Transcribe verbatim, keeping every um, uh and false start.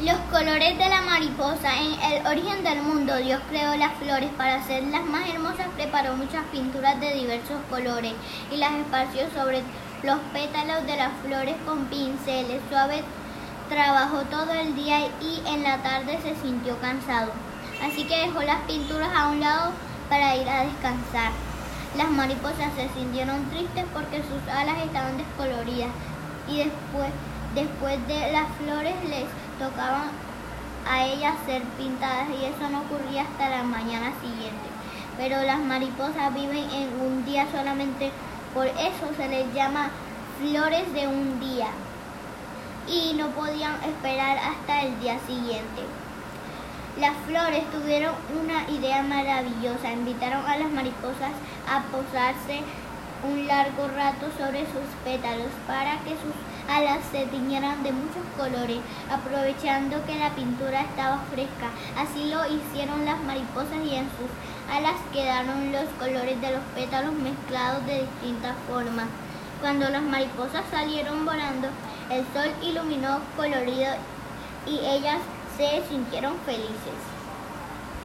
Los colores de la mariposa. En el origen del mundo, Dios creó las flores. Para hacerlas más hermosas, preparó muchas pinturas de diversos colores y las esparció sobre los pétalos de las flores con pinceles suaves. Trabajó todo el día y en la tarde se sintió cansado, así que dejó las pinturas a un lado para ir a descansar. Las mariposas se sintieron tristes porque sus alas estaban descoloridas y después, después de las flores les tocaban a ellas ser pintadas, y eso no ocurría hasta la mañana siguiente. Pero las mariposas viven en un día solamente, por eso se les llama flores de un día, y no podían esperar hasta el día siguiente. Las flores tuvieron una idea maravillosa. Invitaron a las mariposas a posarse un largo rato sobre sus pétalos para que sus alas se tiñeran de muchos colores, aprovechando que la pintura estaba fresca. Así lo hicieron las mariposas y en sus alas quedaron los colores de los pétalos mezclados de distintas formas. Cuando las mariposas salieron volando, el sol iluminó colorido y ellas se sintieron felices.